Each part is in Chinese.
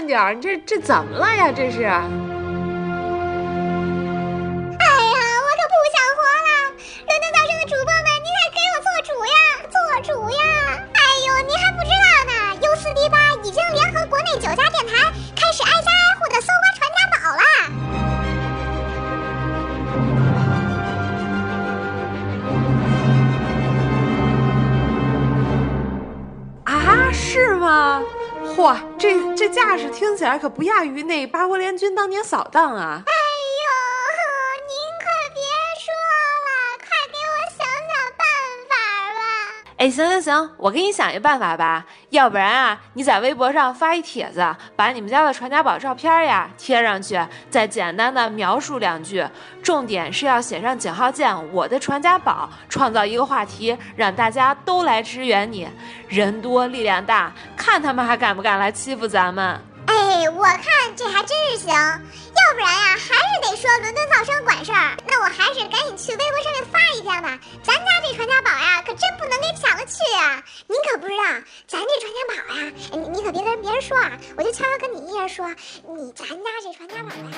慢点儿，这怎么了呀？这是？哎呀， 我可不想活了！伦敦早声的主播们，你快给我做主呀，做主呀！哎呦，你还不知道呢，U4D8已经联合国内9家电台，开始挨家挨户的搜刮传家宝了。啊，是吗？嚯，这架势听起来可不亚于那八国联军当年扫荡啊！ 哎呦，您可别说了，快给我想想办法吧！ 哎，行，我给你想一个办法吧。要不然啊，你在微博上发一帖子，把你们家的传家宝照片呀贴上去，再简单的描述2句，重点是要写上井号键我的传家宝，创造一个话题，让大家都来支援你。人多力量大，看他们还敢不敢来欺负咱们。 哎，我看这还真是行，要不然呀，还是得说伦敦噪声管事儿。那我还是赶紧去微博上面发一条吧。咱家这传家宝呀，可真不能给抢了去呀！您可不知道，咱这传家宝呀，你可别跟别人说啊，我就悄悄跟你一人说，咱家这传家宝呀。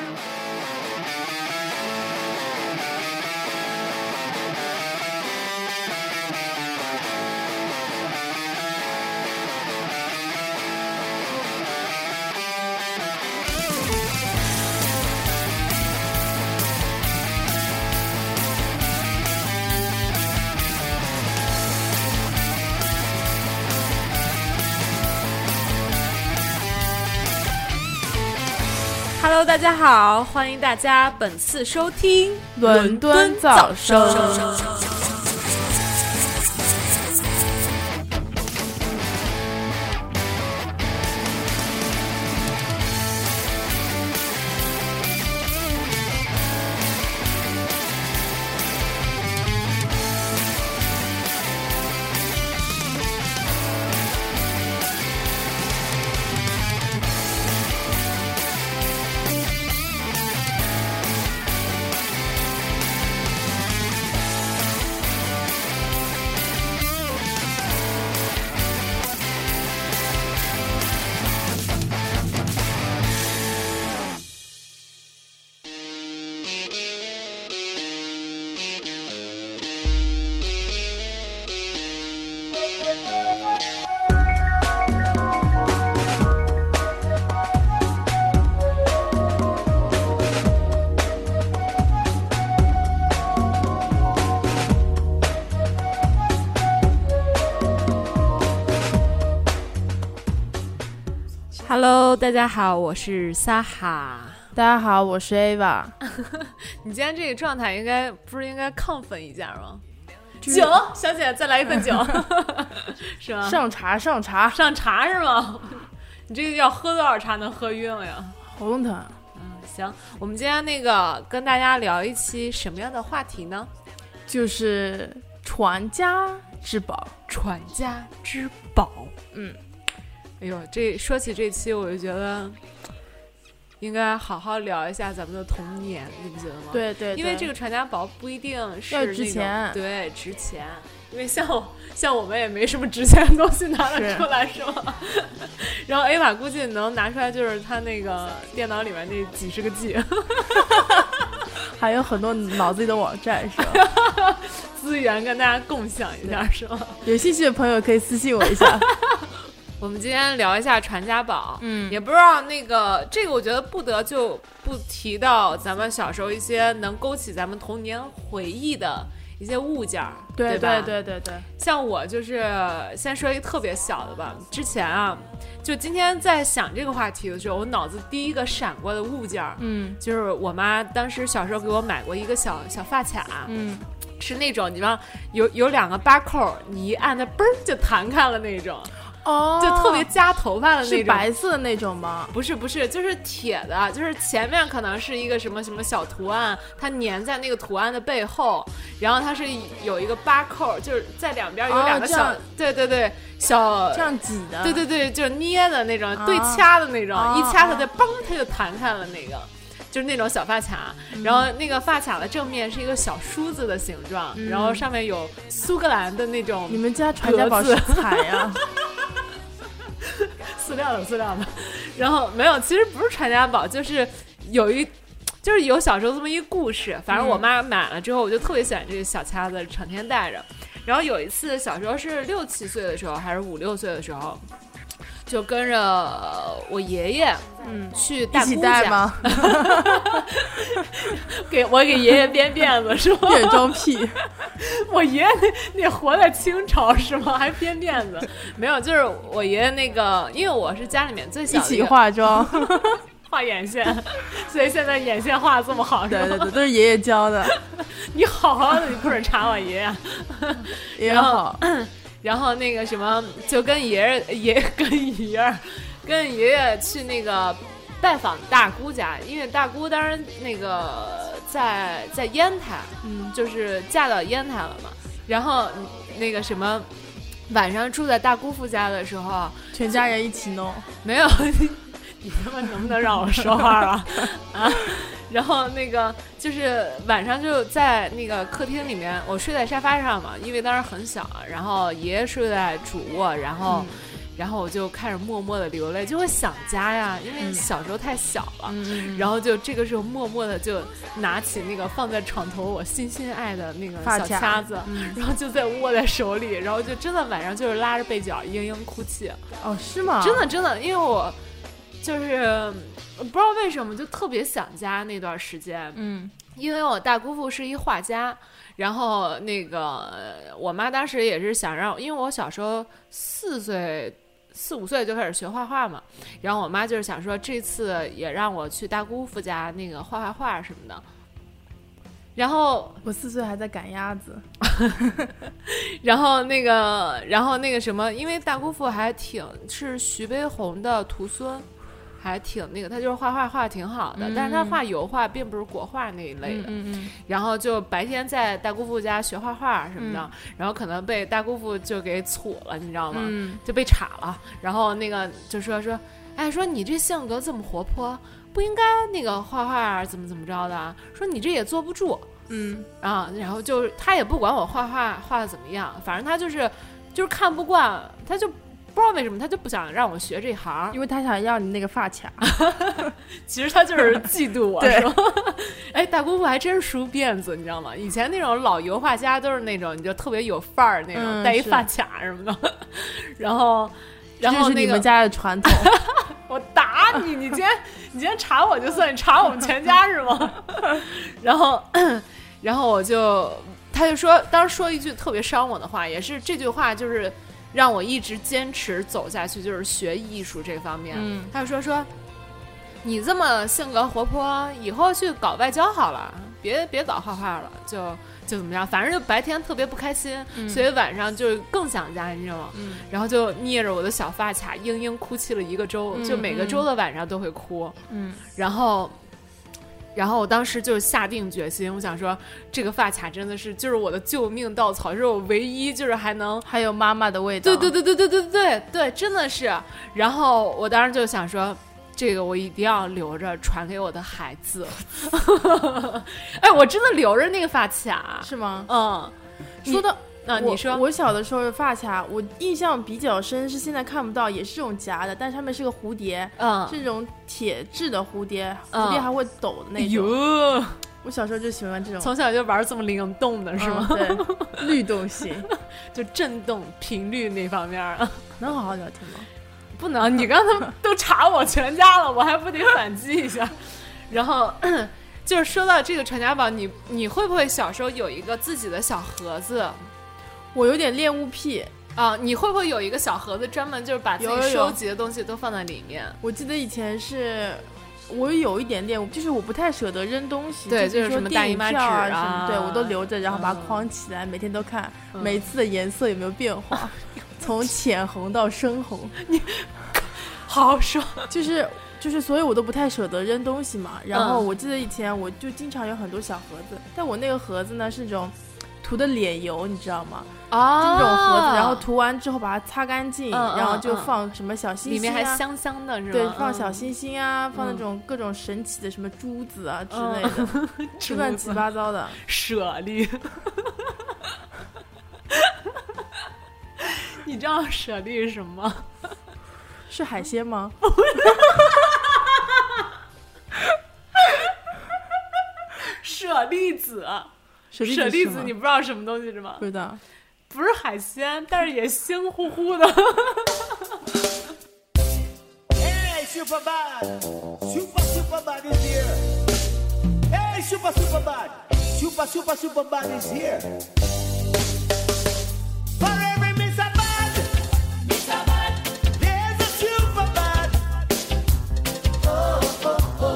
Hello， 大家好，欢迎大家本次收听伦敦早声。 Hello， 大家好，我是撒哈。 大家好，我是 Ava。 你今天这个状态应该亢奋一下吗？酒，小姐再来一份酒，是吗？ 上茶是吗？你这个要喝多少茶能喝晕了呀？ 喉咙疼。 行，我们今天跟大家聊一期什么样的话题呢？ 就是传家之宝。 传家之宝，哎呦，这说起这期，我就觉得应该好好聊一下咱们的童年，你不觉得吗？ 对， 因为这个传家宝不一定是要值钱， 对，值钱。因为像我们也没什么值钱的东西拿得出来，是吗？然后 A 玛估计能拿出来，就是他那个电脑里面那几十个 G， 还有很多脑子里的网站，是吧？ 资源跟大家共享一下，是吗？ 有兴趣的朋友可以私信我一下。 我们今天聊一下传家宝，也不知道这个我觉得不得就不提到咱们小时候一些能勾起咱们童年回忆的一些物件，对吧？ 对。 像我就是先说一个特别小的吧，之前啊，就今天在想这个话题的时候，我脑子第一个闪过的物件，就是我妈当时小时候给我买过一个小发卡，是那种你知道有2个八扣，你一按它嘣就弹开了那种。 哦， 就特别夹头发的那种， 是白色的那种吗？ 不是，就是铁的，就是前面可能是一个什么小图案，它粘在那个图案的背后，然后它是有一个八扣，就是在两边有2个小，对，小这样挤的， 对，就是捏的那种，对掐的那种，一掐它就嘣，它就弹开了那个。就是那种小发卡，然后那个发卡的正面是一个小梳子的形状，然后上面有苏格兰的那种。 你们家传家宝是彩呀？ 塑料的。 然后没有，其实不是传家宝，就是有小时候这么一故事。反正我妈买了之后，我就特别喜欢这个小掐子，成天带着。然后有一次小时候是6、7岁的时候，还是5、6岁的时候，就跟着我爷爷，去大姑家吗？ 给爷爷编辫子是吗？ 变装癖。 我爷爷那活在清朝是吗？还编辫子？没有，就是我爷爷那个，因为我是家里面最小的， 一起化妆。 画眼线，所以现在眼线画得这么好， 对对对，都是爷爷教的。 你好好的，你不准查我爷爷。 爷爷好。 然后那个什么，就跟爷爷去那个拜访大姑家，因为大姑当然那个在烟台，就是嫁到烟台了嘛。然后那个什么，晚上住在大姑父家的时候， 全家人一起弄， 没有。你他妈能不能让我说话啊？啊！然后那个就是晚上就在那个客厅里面，我睡在沙发上嘛，因为当时很小，然后爷爷睡在主卧，然后我就开始默默的流泪，就会想家呀，因为小时候太小了，然后就这个时候默默的就拿起那个放在床头我心心爱的那个小掐子，然后就握在手里，然后就真的晚上就是拉着被角嘤嘤哭泣。 哦，是吗？ 真的，因为我就是不知道为什么就特别想家那段时间，因为我大姑父是一画家，然后那个我妈当时也是想让，因为我小时候4、5岁就开始学画画嘛，然后我妈就是想说这次也让我去大姑父家那个画画什么的。然后我4岁还在赶鸭子， 然后那个什么，因为大姑父还是徐悲鸿的徒孙。还挺那个，他就是画挺好的，但是他画油画并不是国画那一类的。然后就白天在大姑父家学画画什么的，然后可能被大姑父就给处了，你知道吗？就被插了。然后那个就说，哎，说你这性格这么活泼，不应该那个画画怎么着的，说你这也坐不住。然后就他也不管我画的怎么样，反正他就是看不惯，他就。不知道为什么他就不想让我学这行， 因为他想要你那个发卡。 其实他就是嫉妒我，是吧？哎，大姑父还真梳辫子，你知道吗？以前那种老油画家都是那种你就特别有范儿那种，戴一发卡什么的。然后这是你们家的传统。 我打你！你今天查我就算，你查我们全家是吗？然后他就说，当时说一句特别伤我的话，也是这句话就是让我一直坚持走下去，就是学艺术这方面。他就说你这么性格活泼，以后去搞外交好了，别搞画画了，就怎么样，反正就白天特别不开心，所以晚上就更想家，你知道吗？然后就捏着我的小发卡嘤嘤哭泣了1个周，就每个周的晚上都会哭。然后我当时就下定决心，我想说这个发卡真的是就是我的救命稻草，是我唯一就是还有妈妈的味道。 对，真的是。然后我当时就想说，这个我一定要留着传给我的孩子。哎，我真的留着那个发卡。 是吗？ 说到你说我小的时候的发卡，我印象比较深，是现在看不到，也是这种夹的，但上面是个蝴蝶，是这种铁质的蝴蝶，蝴蝶还会抖的那种。我小时候就喜欢这种， 从小就玩这么灵动的是吗？ 对，律动型， 就震动频率那方面啊。 能好好聊天吗？ 不能，你刚才都查我全家了，我还不得反击一下？然后就是说到这个传家宝，你会不会小时候有一个自己的小盒子？ 我有点恋物癖啊，你会不会有一个小盒子专门就是把自己收集的东西都放在里面？ 我记得以前是我有一点恋物，就是我不太舍得扔东西， 对， 就是什么大姨妈纸啊什么，对我都留着，然后把它框起来，每天都看，每次的颜色有没有变化，从浅红到深红。 你好好说， 就是，所以我都不太舍得扔东西嘛。然后我记得以前我就经常有很多小盒子，但我那个盒子呢是这种涂的脸油，你知道吗？这种盒子，然后涂完之后把它擦干净，然后就放什么小星星里面还香香的是吧？ 对，放小星星啊，放那种各种神奇的什么珠子啊之类的，乱七八糟的舍利。你知道舍利是什么吗？ 是海鲜吗？ 舍利子。 舍利子你不知道什么东西是吗？ 不知道。 不是海鲜，但是也腥乎乎的。 Hey, Superbad! Superbad is here. Hey, Superbad! Superbad is here. For every Mr. Bad, there's a Superbad. Oh, oh, oh.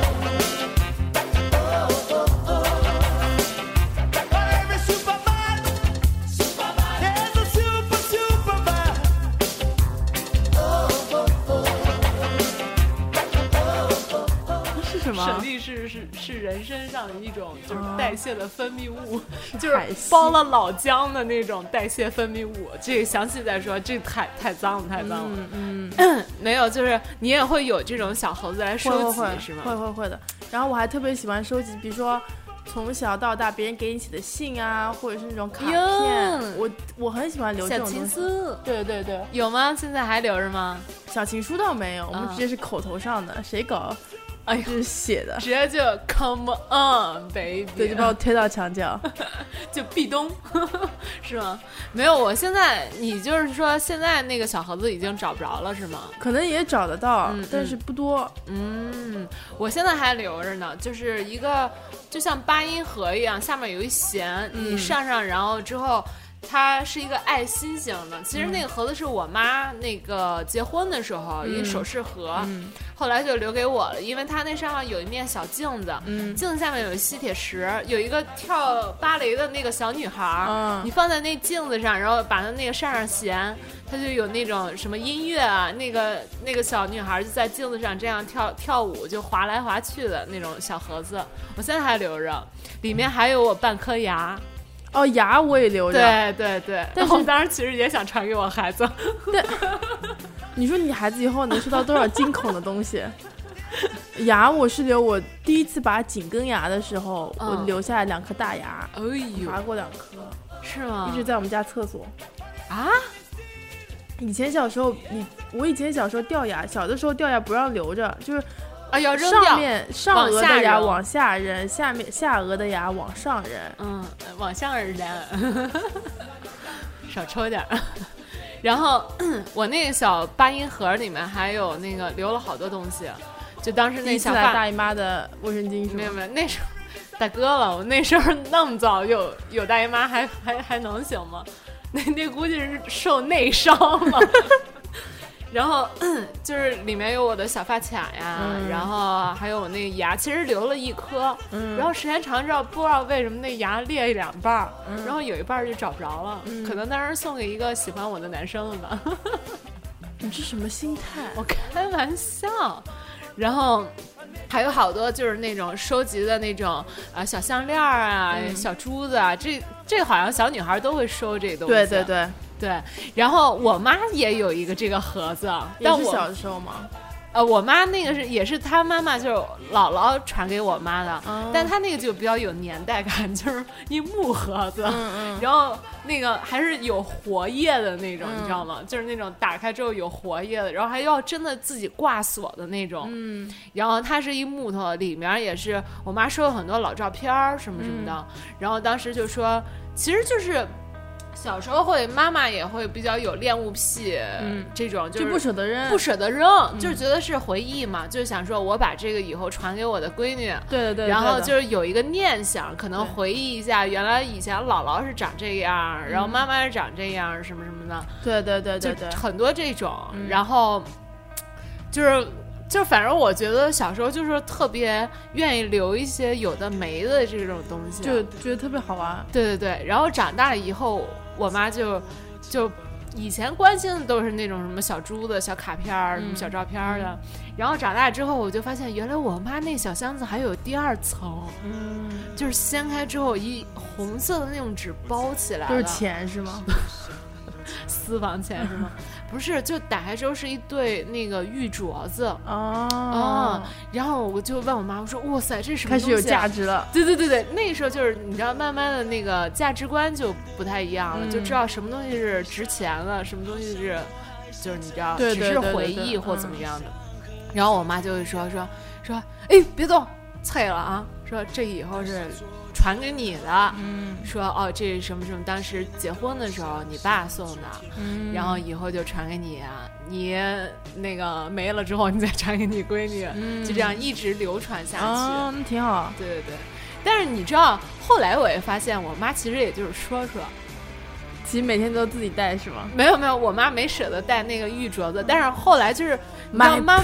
For every Superbad, there's a Superbad. Oh, oh, oh. 是什么？ 舍利是人身上的一种就是代谢的分泌物，就是包了老姜的那种代谢分泌物。这个详细再说，这太脏了，太脏了。没有，就是你也会有这种小猴子来收集，是吗？ 会的。然后我还特别喜欢收集，比如说从小到大别人给你写的信啊，或者是那种卡片，我很喜欢留这种东西。小情书，对， 有吗？现在还留着吗？ 小情书倒没有，我们直接是口头上的，谁搞？ 哎， 就是写的， 直接就 come on baby， 对，就把我推到墙角， 就壁咚，是吗？没有，我现在你就是说现在那个小盒子已经找不着了，是吗？ 可能也找得到，但是不多。 我现在还留着呢，就是一个就像8音盒一样，下面有一弦，你上，然后之后。它是一个爱心型的，其实那个盒子是我妈那个结婚的时候一个首饰盒，后来就留给我了，因为它那上面有一面小镜子，镜子下面有吸铁石，有一个跳芭蕾的那个小女孩，你放在那镜子上，然后把它那个上弦，它就有那种什么音乐啊，那个小女孩就在镜子上这样跳舞，就滑来滑去的那种小盒子，我现在还留着，里面还有我半颗牙。 哦，牙我也留着。 对，但是我当时其实也想传给我孩子。 对，你说你孩子以后能收到多少惊恐的东西？牙我是留我第一次拔紧根牙的时候，我留下来2颗大牙，拔过2颗， 是吗？ 一直在我们家厕所。 啊？ 以前小时候我以前小时候掉牙，小的时候掉牙不让留着，就是。 要扔掉， 上颚的牙往下扔，下颚的牙往上扔， 往上扔，少抽点。然后我那个小8音盒里面还有那个留了好多东西，就当时那小大姨妈的卫生巾是吗？ 没有，那时候大哥了，我那时候那么早有大姨妈还能行吗？那估计是受内伤了。然后就是里面有我的小发卡呀，然后还有我那个牙，其实留了1颗，然后时间长之后不知道为什么那牙裂2半，然后有一半就找不着了，可能当时送给一个喜欢我的男生了吧。 你这什么心态？ 我开玩笑。然后还有好多就是那种收集的那种小项链啊、小珠子啊，这好像小女孩都会收这东西。对，然后我妈也有一个这个盒子，但我小的时候吗？ 我妈那个也是她妈妈就是姥姥传给我妈的，但她那个就比较有年代感，就是一木盒子，然后那个还是有活页的那种，你知道吗？就是那种打开之后有活页的，然后还要真的自己挂锁的那种，然后它是一木头，里面也是我妈收了很多老照片什么什么的，然后当时就说，其实就是。小时候妈妈也会比较有恋物癖，这种就是不舍得扔， 就是觉得是回忆嘛，就是想说我把这个以后传给我的闺女， 对， 然后就是有一个念想，可能回忆一下原来以前姥姥是长这样，然后妈妈是长这样，什么什么的， 对， 就很多这种，然后就反正我觉得小时候就是特别愿意留一些有的没的这种东西， 就觉得特别好玩。 对，然后长大以后，我妈就以前关心的都是那种什么小珠子、小卡片、什么小照片的，然后长大之后，我就发现原来我妈那小箱子还有第2层，就是掀开之后一红色的那种纸包起来， 就是钱是吗？ 私房钱是吗？不是，就打开之后是一对那个玉镯子然后我就问我妈，我说哇塞，这是什么东西？ 开始有价值了。 对，那时候就是你知道，慢慢的那个价值观就不太一样了，就知道什么东西是值钱了，什么东西是就是你知道对只是回忆或怎么样的。然后我妈就会说，哎，别动，脆了啊！说这以后是传给你的，说哦，这是什么什么，当时结婚的时候你爸送的，然后以后就传给你啊，你那个没了之后你再传给你闺女，就这样一直流传下去。 那挺好。 对对对，但是你知道，后来我也发现，我妈其实也就是说， 其实每天都自己带是吗？ 没有，我妈没舍得带那个玉镯子，但是后来就是妈妈。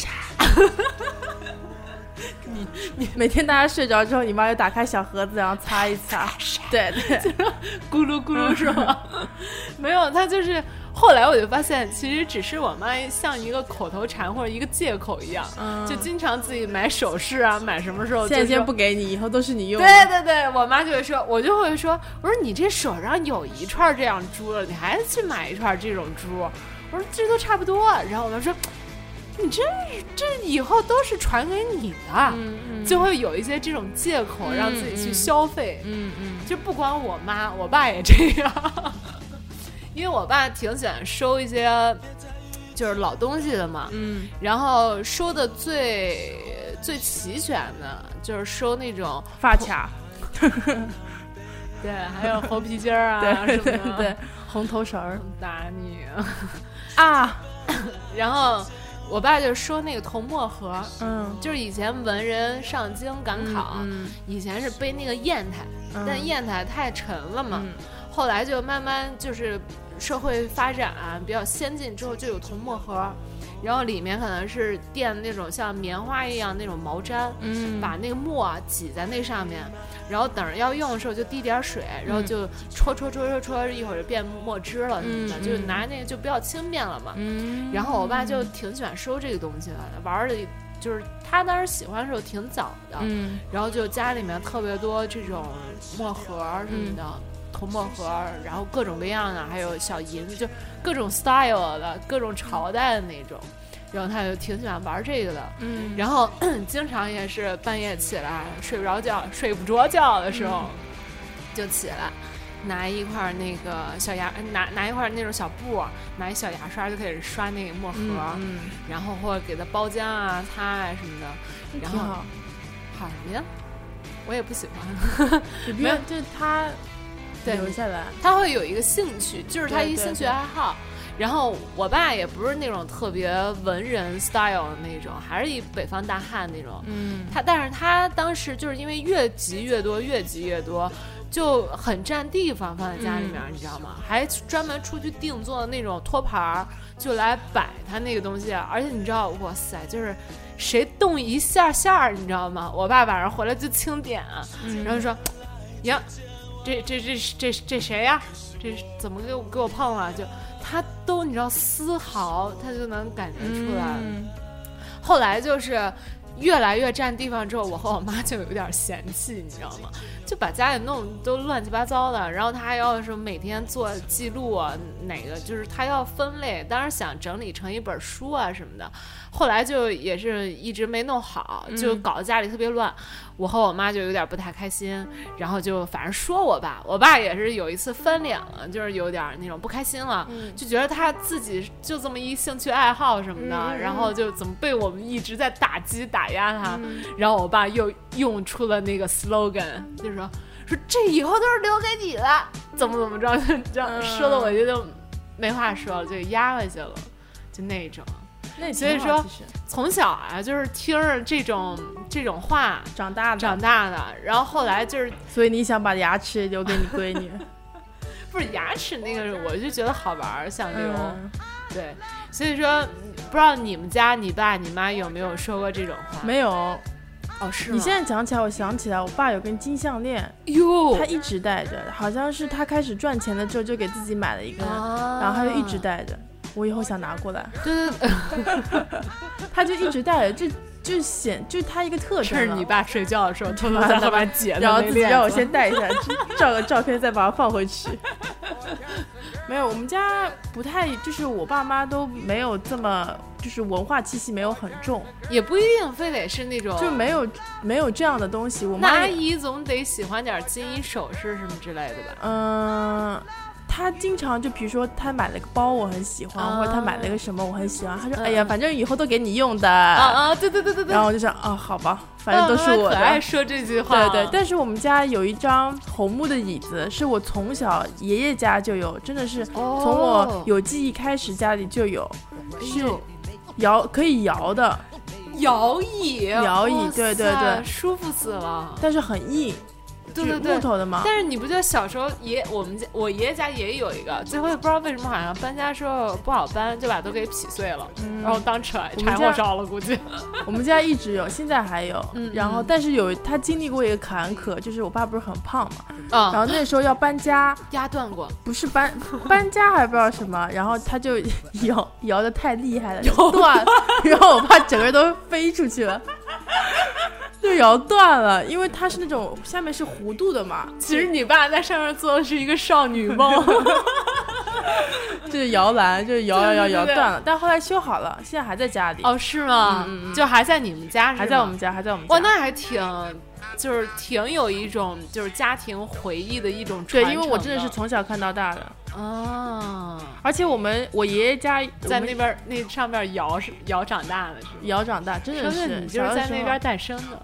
你每天大家睡着之后，你妈就打开小盒子，然后擦一擦，对， 咕噜咕噜是吗？没有，她就是后来我就发现，其实只是我妈像一个口头禅或者一个借口一样，就经常自己买首饰啊，买什么时候现在先不给你，以后都是你用的。 对对对，我妈就会说，我就会说，我说你这手上有一串这样珠了，你还去买一串这种珠？我说这都差不多。然后我妈说，你这以后都是传给你的，就会有一些这种借口让自己去消费。就不光我妈，我爸也这样。因为我爸挺喜欢收一些就是老东西的嘛，然后收的最齐全的就是收那种发卡， 对，还有猴皮筋啊什么的， 对，红头绳打你啊， 然后我爸就说那个铜墨盒，就是以前文人上京赶考，以前是背那个砚台，但砚台太沉了嘛，后来就慢慢就是社会发展比较先进之后，就有铜墨盒，然后里面可能是垫那种像棉花一样那种毛毡，把那个墨挤在那上面，然后等着要用的时候就滴点水，然后就戳，一会儿就变墨汁了什么的，就拿那个就比较轻便了嘛。然后我爸就挺喜欢收这个东西的，玩的就是他当时喜欢的时候挺早的，然后就家里面特别多这种墨盒什么的。铜墨盒，然后各种各样的，还有小银子，就各种 style 的，各种朝代的那种。然后他就挺喜欢玩这个的，然后经常也是半夜起来睡不着觉、睡不着觉的时候，就起来拿一块那个小牙，拿一块那种小布，拿一小牙刷就开始刷那个墨盒，然后或者给它包浆啊、擦啊什么的。然后好什么呀？我也不喜欢， 没有，就是他。留下来， 他会有一个兴趣，就是他一兴趣爱好。然后我爸也不是那种特别文人 style 的那种，还是一北方大汉那种。但是他当时就是因为越积越多，就很占地方，放在家里面，你知道吗？还专门出去定做的那种托盘，就来摆他那个东西。而且你知道，哇塞，就是谁动一下，你知道吗？我爸晚上回来就清点，然后说，呀。这谁呀？这怎么给我碰了？就他都你知道丝毫他就能感觉出来。后来就是越来越占地方之后，我和我妈就有点嫌弃，你知道吗？就把家里弄都乱七八糟的，然后他还要是每天做记录啊，哪个就是他要分类，当时想整理成一本书啊什么的。后来就也是一直没弄好，就搞得家里特别乱。我和我妈就有点不太开心，然后就反正说我爸也是有一次翻脸了，就是有点那种不开心了，就觉得他自己就这么一兴趣爱好什么的，然后就怎么被我们一直在打击打压他，然后我爸又用出了那个 slogan， 就是说这以后都是留给你的，怎么着，这样说的我就没话说了，就压回去了，就那种。所以说从小啊就是听着这种话长大的，然后后来就是所以你想把牙齿留给你闺女不是牙齿那个我就觉得好玩想留，对，所以说不知道你们家你爸你妈有没有说过这种话？ 没有。 哦，是吗？ 你现在讲起来我想起来我爸有根金项链哟， 他一直戴着，好像是他开始赚钱的时候就给自己买了一根，然后他就一直戴着，我以后想拿过来。对他就一直戴着，就他一个特征。 是你爸睡觉的时候偷偷在后面解的， 然后自己让我先戴一下，照个照片再把它放回去。没有，我们家不太，就是我爸妈都没有这么，就是文化气息没有很重， 也不一定非得是那种， 就没有这样的东西。我妈那阿姨总得喜欢点金银首饰什么之类的吧？ 他经常就比如说他买了个包我很喜欢，或者他买了个什么我很喜欢，他说哎呀反正以后都给你用的对， 然后我就想好吧，反正都是我的。 可爱说这句话。 对，但是我们家有一张红木的椅子，是我从小爷爷家就有，真的是从我有记忆开始家里就有，是可以摇的摇椅， 对， 舒服死了， 但是很硬。 对， 木头的吗？ 但是你不觉得小时候我爷爷家也有一个，最后也不知道为什么好像搬家时候不好搬，就把都给劈碎了，然后当柴火烧了，估计。 我们家一直有，现在还有。然后但是他经历过一个坎坷，就是我爸不是很胖嘛，然后那时候要搬家， 压断过， 不是搬家还不知道什么，然后他就摇得太厉害了，断，然后我爸整个人都飞出去了。就摇断了，因为它是那种下面是弧度的嘛。 其实你爸在上面做的是一个少女梦， 就是摇篮，就是摇断了，但后来修好了，现在还在家里。 哦，是吗？就还在你们家是吗？ 还在我们家。 哇，那还挺有一种就是家庭回忆的一种传承。 对，因为我真的是从小看到大的。而且我爷爷家在那边那上边摇长大的，是吗？ 摇长大，真的是你就是在那边诞生的。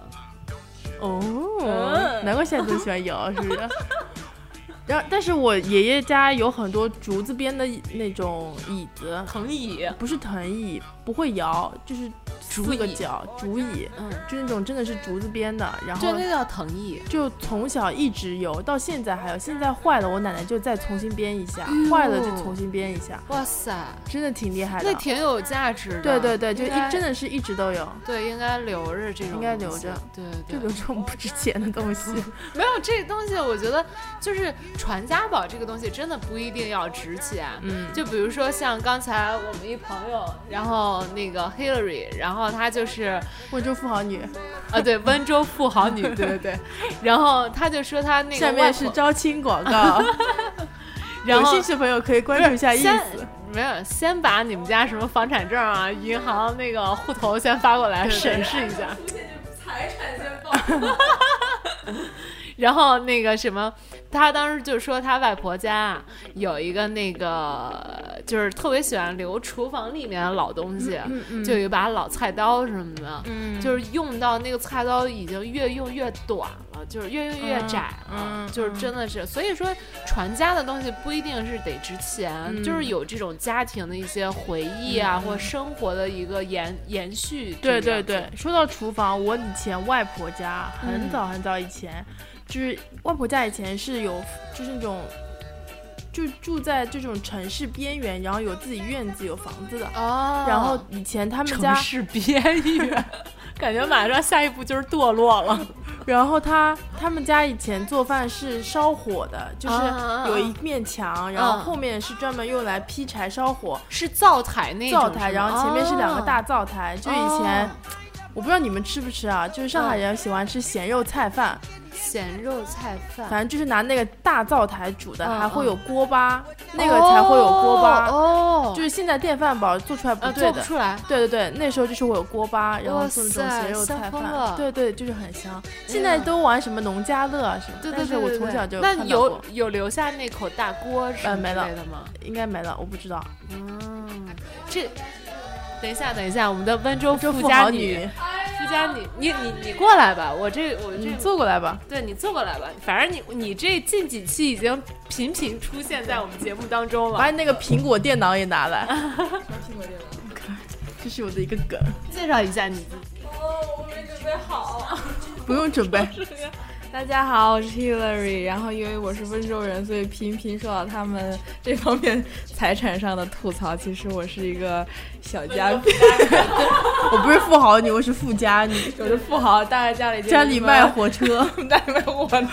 难怪现在都喜欢摇，是不是？然后，但是我爷爷家有很多竹子编的那种椅子， 藤椅， 不是藤椅，不会摇，就是四个脚竹椅，就那种真的是竹子编的，然后就那叫藤椅， 就从小一直有，到现在还有，现在坏了，我奶奶就再重新编一下，坏了就重新编一下。 哇塞， 真的挺厉害的， 那挺有价值的。 对，就真的是一直都有。 对，应该留着这种， 应该留着。 对， 就留这种不值钱的东西。 没有这东西，我觉得就是传家宝这个东西真的不一定要值钱。就比如说像刚才我们一朋友，然后那个 Hillary， 然后她就是温州富豪女对，温州富豪女，对，然后她就说她那个下面是招亲广告，然后有兴趣的朋友可以关注一下意思。 没有，先把你们家什么房产证啊、银行那个户头先发过来审视一下， 财产先报。 然后那个什么，他当时就说他外婆家有一个那个，就是特别喜欢留厨房里面的老东西，就有一把老菜刀什么的，就是用到那个菜刀已经越用越短了，就是越用越窄了，就是真的是，所以说传家的东西不一定是得值钱，就是有这种家庭的一些回忆啊，或生活的一个延续。 对，说到厨房，我以前外婆家很早以前。就是外婆家以前是有，就是那种，就住在这种城市边缘，然后有自己院子、有房子的。然后以前他们家城市边缘，感觉马上下一步就是堕落了。 然后他们家以前做饭是烧火的，就是有一面墙，然后后面是专门用来劈柴烧火， 是灶台那种。 灶台，然后前面是2个大灶台。就以前，我不知道你们吃不吃啊？就是上海人喜欢吃咸肉菜饭。 咸肉菜饭， 反正就是拿那个大灶台煮的，还会有锅巴，那个才会有锅巴。就是现在电饭煲做出来不对的， 做不出来。 对，那时候就是我有锅巴，然后做那种咸肉菜饭。对，就是很香。现在都玩什么农家乐啊什么，但是我从小就看到过。 那有留下那口大锅什么之类的吗？ 应该没了，我不知道。 这。等一下，我们的温州富家女，你过来吧，我你坐过来吧， 对，你坐过来吧，反正你这近几期已经频频出现在我们节目当中了。 把你那个苹果电脑也拿来。苹果电脑，这是我的一个梗。 介绍一下你自己。 我没准备好。 不用准备。 大家好，我是 Hillary， 然后因为我是温州人，所以频频受到他们这方面财产上的吐槽。其实我是一个小家女， 我不是富豪女，我是富家女。 我是富豪，大概家里卖火车， 家里卖火车。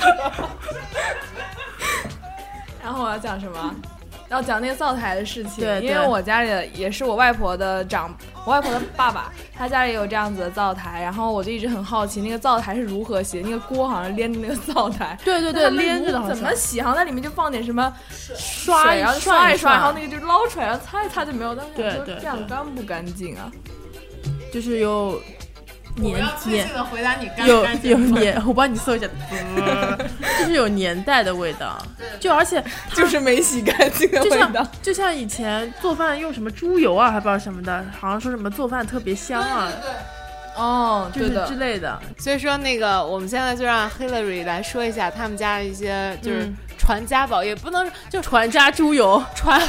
然后我要讲什么？要讲那个灶台的事情， 对， 因为我家里也是我外婆的爸爸，他家里有这样子的灶台，然后我就一直很好奇那个灶台是如何洗，那个锅好像连着那个灶台， 对，连着的， 怎么洗？好像在里面就放点什么刷然后刷一刷，然后那个就捞出来，然后擦一擦就没有。但是对， 这样干不干净啊？ 就是有年的回答你有年，我帮你搜一下，就是有年代的味道，就而且就是没洗干净的味道， 就像以前做饭用什么猪油啊，还不知道什么的，好像说什么做饭特别香啊。 对哦， 就是之类的。 所以说那个我们现在就让 Hillary 来说一下他们家的一些就是传家宝，也不能就传家猪油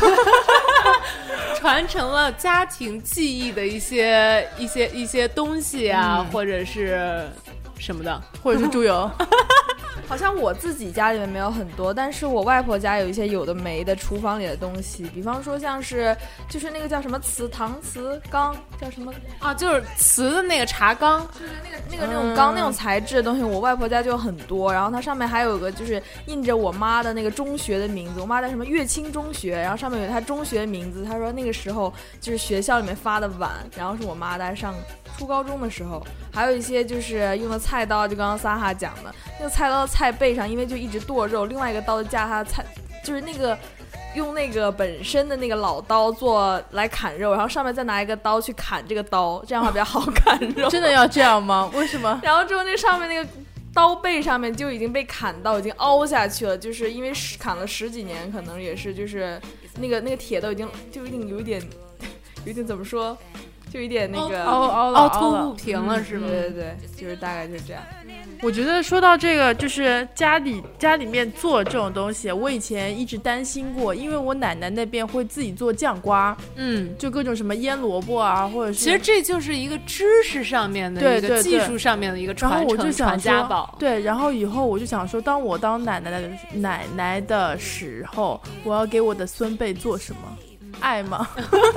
传承了家庭记忆的一些东西啊，或者是什么的， 或者是猪油。 好像我自己家里面没有很多，但是我外婆家有一些有的没的厨房里的东西，比方说像是就是那个叫什么搪瓷缸，叫什么啊，就是瓷的那个茶缸， 就是那种缸那种材质的东西，我外婆家就有很多。然后它上面还有个就是印着我妈的那个中学的名字，我妈在什么乐清中学，然后上面有她中学的名字。她说那个时候就是学校里面发的碗，然后是我妈在上初高中的时候。还有一些就是用的菜刀，就刚刚撒哈讲的那个菜刀的菜背上，因为就一直剁肉，另外一个刀架它的菜，就是那个用那个本身的那个老刀做来砍肉，然后上面再拿一个刀去砍这个刀，这样的话比较好砍肉。 真的要这样吗？为什么？ 然后之后那上面那个刀背上面就已经被砍到已经凹下去了，就是因为砍了10几年，可能也是就是那个铁都已经就有点怎么说？就有点那个凹凸不平了，是吗？ 对，就是大概就是这样。 我觉得说到这个，就是家里面做这种东西，我以前一直担心过，因为我奶奶那边会自己做酱瓜，就各种什么腌萝卜啊，或者是， 其实这就是一个知识上面的一个技术上面的一个传承传家宝。 对，然后以后我就想说，当我当奶奶的时候，我要给我的孙辈做什么？爱吗？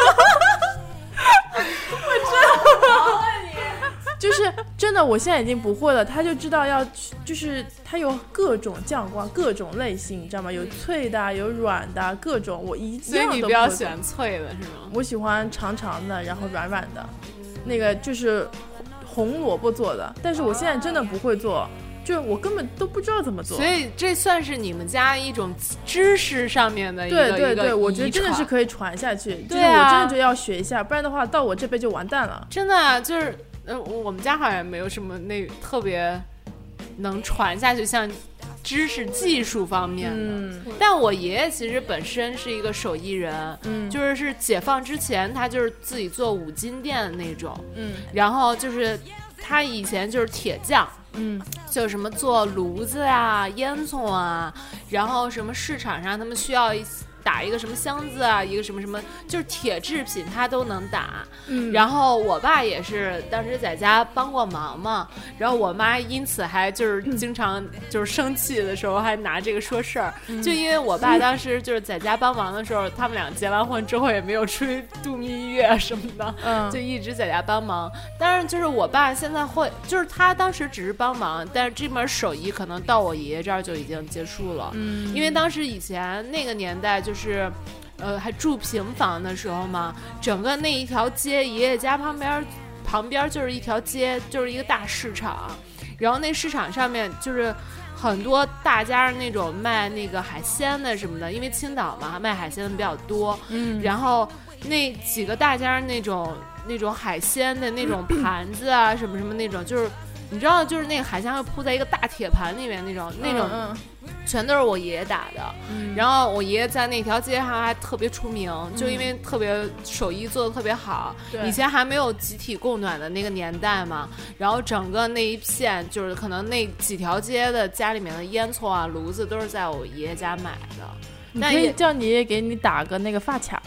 就是真的，我现在已经不会了。他就知道就是他有各种酱瓜，各种类型，你知道吗？有脆的，有软的，各种我一样都不会。 所以你比较喜欢脆的是吗？ 我喜欢长长的，然后软软的，那个就是红萝卜做的。但是我现在真的不会做，就我根本都不知道怎么做。 所以这算是你们家一种知识上面的一个对，我觉得真的是可以传下去。 对啊， 就是我真的就要学一下，不然的话到我这辈就完蛋了。 真的就是。我们家好像没有什么那特别能传下去，像知识技术方面的。但我爷爷其实本身是一个手艺人，就是解放之前他就是自己做五金店的那种，然后就是他以前就是铁匠。就什么做炉子啊、烟囱啊，然后什么市场上他们需要打一个什么箱子啊，一个什么什么，就是铁制品他都能打。然后我爸也是当时在家帮过忙嘛，然后我妈因此还就是经常就是生气的时候还拿这个说事儿，就因为我爸当时就是在家帮忙的时候，他们俩结完婚之后也没有出去度蜜月什么的，就一直在家帮忙。但是就是我爸现在会，就是他当时只是帮忙，但是这门手艺可能到我爷爷这儿就已经结束了。因为当时以前那个年代就是还住平房的时候嘛，整个那一条街，爷爷家旁边就是一条街，就是一个大市场，然后那市场上面就是很多大家那种卖那个海鲜的什么的，因为青岛嘛卖海鲜的比较多，然后那几个大家那种海鲜的那种盘子啊什么什么那种，就是你知道，就是那个海鲜会铺在一个大铁盘里面那种全都是我爷爷打的。然后我爷爷在那条街上还特别出名，就因为特别手艺做的特别好。以前还没有集体供暖的那个年代嘛，然后整个那一片就是可能那几条街的家里面的烟囱啊、炉子都是在我爷爷家买的。 你可以叫你爷爷给你打个那个发卡，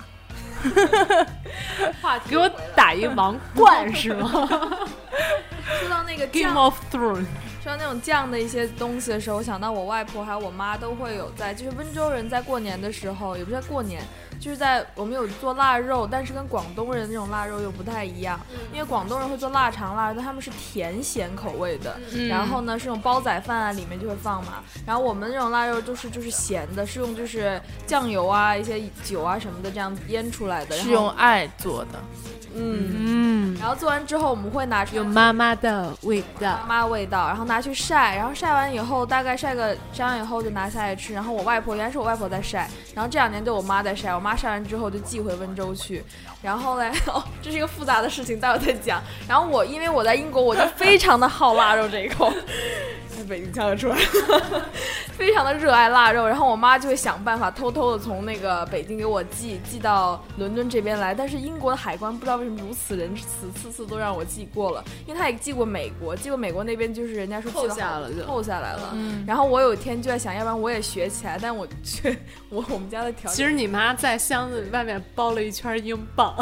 给我打一王冠是吗？ 说到那个 Game of Thrones， 说到那种酱的一些东西的时候，我想到我外婆还有我妈都会有在，就是温州人在过年的时候，也不是在过年，就是在我们有做腊肉，但是跟广东人那种腊肉又不太一样，因为广东人会做腊肠腊肉，但他们是甜咸口味的，然后呢是用煲仔饭啊里面就会放嘛，然后我们那种腊肉就是咸的，是用就是酱油啊一些酒啊什么的这样腌出来的， 是用爱做的。 然后做完之后我们会拿出有妈妈的味道， 妈妈味道，然后拿去晒，然后晒完以后大概晒完以后就拿下来吃。然后我外婆原来是我外婆在晒，然后这2年就我妈在晒，我妈晒完之后就寄回温州去。然后嘞，这是一个复杂的事情，待会再讲。然后因为我在英国，我就非常的好腊肉这一口。北京腔就出来了，非常的热爱腊肉，然后我妈就会想办法偷偷的从那个北京给我寄到伦敦这边来，但是英国的海关不知道为什么如此仁慈，次都让我寄过了，因为他也寄过美国那边就是人家说寄扣下来了，然后我有一天就在想，要不然我也学起来，但我们家的条件， 其实你妈在箱子外面包了一圈英镑，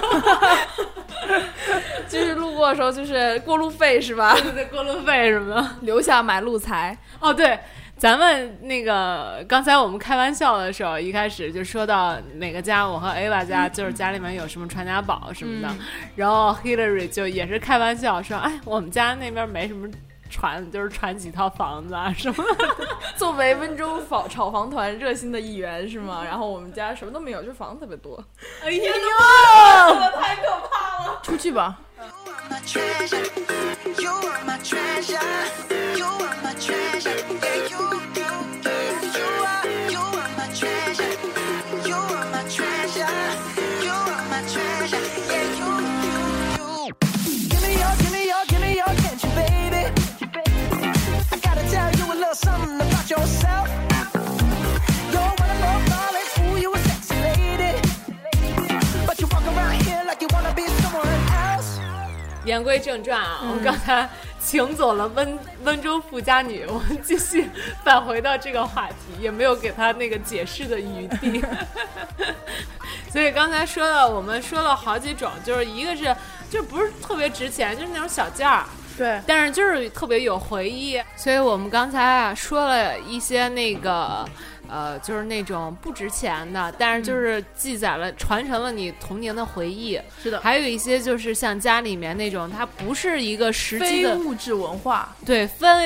就是路过的时候就是过路费是吧？ 对，过路费什么的， 留下买路财。 哦，对，咱们那个刚才我们开玩笑的时候，一开始就说到哪个家，我和 Ava 家就是家里面有什么传家宝什么的，然后 Hillary 就也是开玩笑说，哎，我们家那边没什么就是传几套房子啊什么的。 作为温州炒房团热心的一员是吗？然后我们家什么都没有，就房子特别多。 哎呀， 太可怕了！ 出去吧。 Something about yourself. You're one of our darlings, ooh, you a sexy lady. But you walk around here like you wanna be someone else. 言归正传啊，我们刚才请走了温州富家女，我们继续返回到这个话题，也没有给他那个解释的余地。所以刚才我们说了好几种，就是一个是就不是特别值钱，就是那种小件儿。 对， 但是就是特别有回忆，所以我们刚才啊说了一些那个就是那种不值钱的，但是就是记载了、传承了你童年的回忆。 是的， 还有一些就是像家里面那种，它不是一个实际的非物质文化， 对，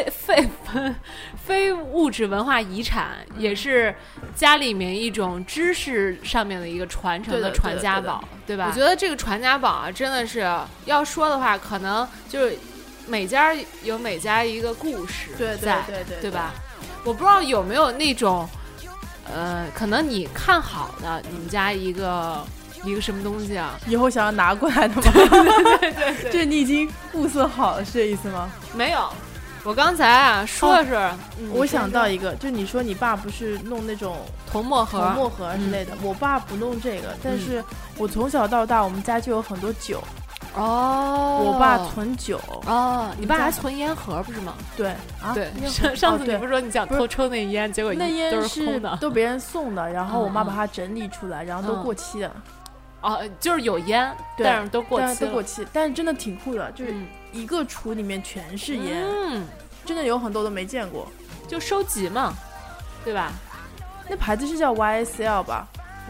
非物质文化遗产，也是家里面一种知识上面的一个传承的传家宝，对吧？我觉得这个传家宝啊，真的是要说的话，可能就是每家有每家一个故事，对吧？我不知道有没有那种，可能你看好的你们家一个什么东西啊， 以后想要拿过来的吗？对，就是你已经物色好了，是这意思吗？ 没有，我刚才啊说的是， 我想到一个，就你说你爸不是弄那种铜墨盒之类的，我爸不弄这个，但是我从小到大我们家就有很多酒。我爸存酒。 你爸还存烟盒不是吗？ 对啊， 对，上次你不是说你想偷抽那烟，结果那烟都是空的， 都别人送的，然后我妈把它整理出来，然后都过期的。 就是有烟，但是都过期， 但是真的挺酷的，就是一个橱里面全是烟，真的有很多都没见过， 就收集嘛，对吧？ 那牌子是叫 YSL 吧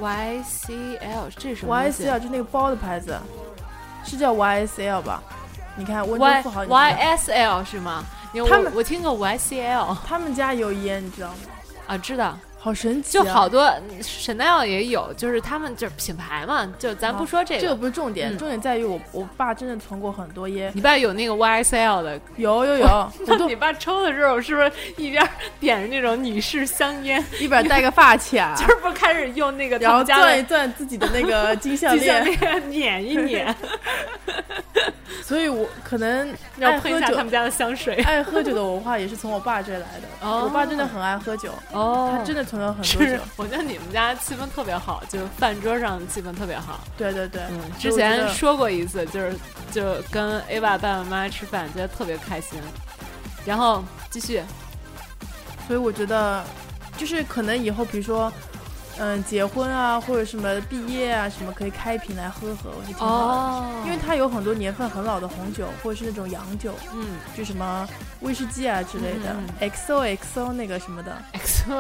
？YCL 这是什么 ？YSL 就那个包的牌子。是叫 YSL 吧？你看温州富豪 YSL 是吗？我听过 YCL， 他们家有烟，你知道吗？ 啊，知道。 好神奇、 就好多 Chanel 也有，就是他们就是品牌嘛，就咱不说这个， 这个不是重点，重点在于我爸真的存过很多烟。 你爸有那个 YSL 的？ 有。 你爸抽的时候是不是一边点着那种女士香烟， 一边戴个发卡， 就是不开始用那个然后攥一攥自己的那个金项链， 捻一捻。 所以我可能要喷一下他们家的香水。 爱喝酒的文化也是从我爸这来的。我爸真的很爱喝酒，他真的存了很多酒。 我觉得你们家气氛特别好，就是饭桌上的气氛特别好。 对， 之前说过一次，就跟 Ava 爸爸妈妈吃饭，觉得特别开心。然后继续， 所以我觉得就是可能以后比如说结婚啊或者什么毕业啊什么可以开瓶来喝，我觉得挺好的。因为它有很多年份很老的红酒或者是那种洋酒，就什么威士忌啊之类的，XOXO 那个什么的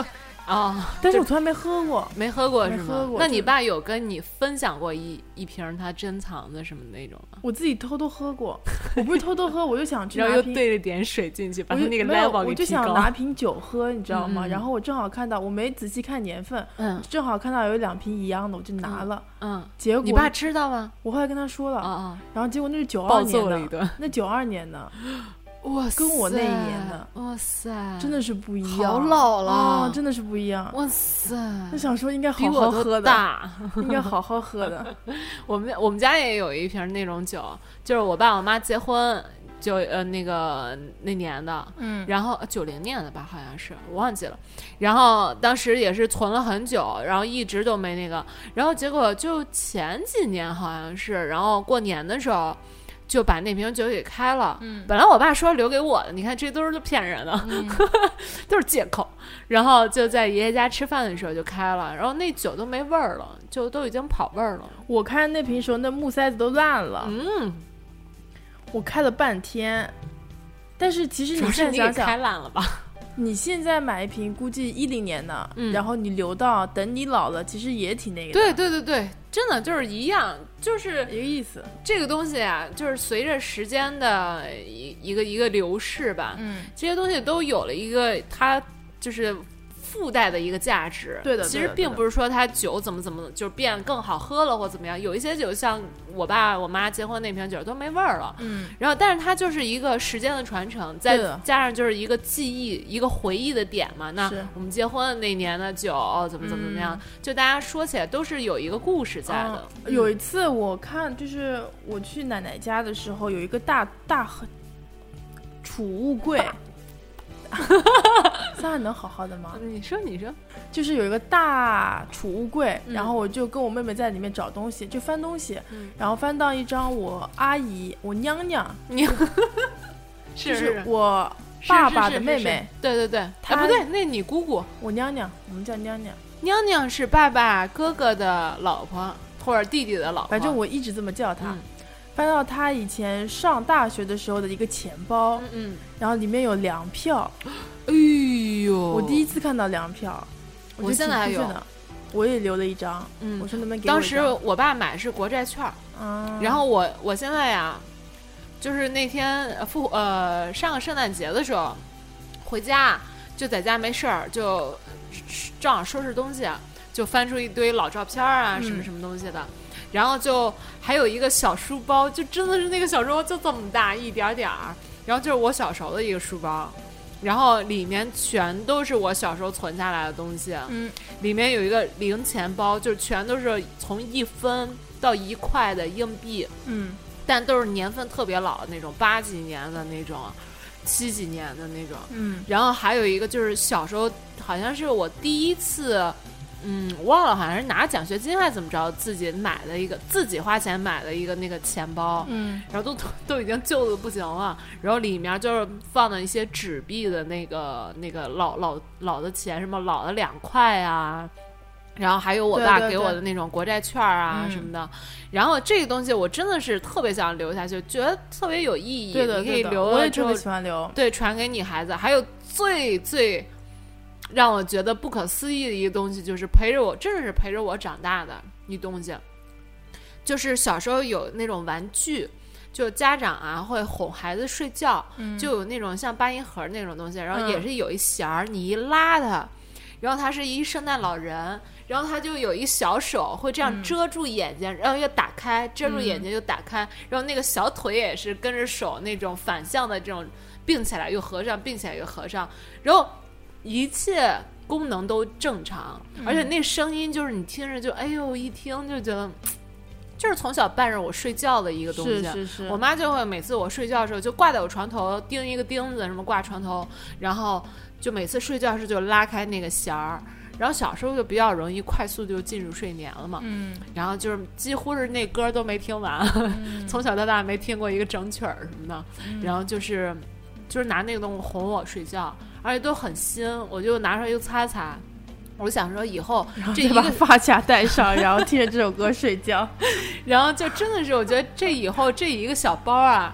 但是我从来没喝过。 没喝过是吗？ 没喝过。 那你爸有跟你分享过一瓶他珍藏的什么那种吗？ 我自己偷偷喝过，我不是偷偷喝，我就想去拿然后瓶， 又兑了点水进去，把它那个 level 给我就提高。 想拿瓶酒喝，你知道吗？然后我正好看到，我没仔细看年份，正好看到有2瓶一样的，我就拿了。结果你爸知道吗？ 我后来跟他说了，然后结果那是92 暴年揍了一顿。 那92年的。 哇塞， 跟我那一年的， 哇塞， 真的是不一样， 好老了， 真的是不一样。 哇塞， 我想说应该好好喝的， 大应该好好喝的。 我们家也有一瓶那种酒，就是我爸我妈结婚就那年的，然后90年的吧，好像是我忘记了。然后当时也是存了很久，然后一直都没那个，然后结果就前几年好像是，然后过年的时候。就把那瓶酒给开了，本来我爸说留给我的，你看这都是骗人的，都是借口。然后就在爷爷家吃饭的时候就开了，然后那酒都没味儿了，就都已经跑味儿了。 我开那瓶时候那木塞子都烂了，我开了半天，但是其实你现在想想， 开烂了吧？ 你现在买一瓶估计10年的，然后你留到等你老了，其实也挺那个的。 对，真的就是一样，就是一个意思。 这个东西啊，就是随着时间的一个流逝吧，这些东西都有了一个它就是附带的一个价值。 对的， 其实并不是说它酒怎么就是变更好喝了或怎么样，有一些酒像我爸我妈结婚那瓶酒都没味儿了，然后但是它就是一个时间的传承，再加上就是一个记忆一个回忆的点嘛。那我们结婚那年的酒怎么样，就大家说起来都是有一个故事在的。 有一次我看就是我去奶奶家的时候，有一个大储物柜。三还能好好的吗？ 你说， 就是有一个大储物柜，然后我就跟我妹妹在里面找东西，就翻东西，然后翻到一张我阿姨，我娘娘，就是我爸爸的妹妹， 对，不对，那你姑姑， 我娘娘，我们叫娘娘， 娘娘是爸爸哥哥的老婆或者弟弟的老婆， 反正我一直这么叫她。翻到他以前上大学的时候的一个钱包，然后里面有粮票， 哎呦， 我第一次看到粮票， 我现在还有， 我也留了一张，我说能不能给我当时我爸买是国债券，然后我现在呀，就是那天上个圣诞节的时候回家，就在家没事儿，就正好收拾东西，就翻出一堆老照片啊，什么什么东西的。然后就还有一个小书包，就真的是那个小书包就这么大一点点儿，然后就是我小时候的一个书包，然后里面全都是我小时候存下来的东西，里面有一个零钱包，就是全都是从1分到1块的硬币，但都是年份特别老的那种，8几年的那种，7几年的那种，然后还有一个就是小时候好像是我第一次。忘了，好像是拿奖学金还是怎么着，自己花钱买的一个那个钱包，然后都已经旧的不行了，然后里面就是放的一些纸币的那个老的钱，什么老的2块啊，然后还有我爸给我的那种国债券啊什么的，然后这个东西我真的是特别想留下去，觉得特别有意义， 对的， 你可以留我也特别喜欢留， 对，传给你孩子。还有最让我觉得不可思议的一个东西，就是真的是陪着我长大的一东西，就是小时候有那种玩具，就家长啊会哄孩子睡觉，就有那种像8音盒那种东西，然后也是有一弦儿，你一拉它，然后它是一圣诞老人，然后它就有一小手会这样遮住眼睛，然后又打开，遮住眼睛又打开，然后那个小腿也是跟着手那种反向的这种并起来又合上，并起来又合上，然后一切功能都正常，而且那声音就是你听着就哎呦，一听就觉得就是从小伴着我睡觉的一个东西。 是我妈就会每次我睡觉的时候就挂在我床头，钉一个钉子什么挂床头，然后就每次睡觉时就拉开那个弦儿，然后小时候就比较容易快速就进入睡眠了嘛，然后就是几乎是那歌都没听完，从小到大没听过一个整曲儿什么的，然后就是拿那个东西哄我睡觉，而且都很新，我就拿出来又擦擦。我想说以后这一个把发卡戴上，然后听着这首歌睡觉， 然后就真的是我觉得这以后这一个小包啊，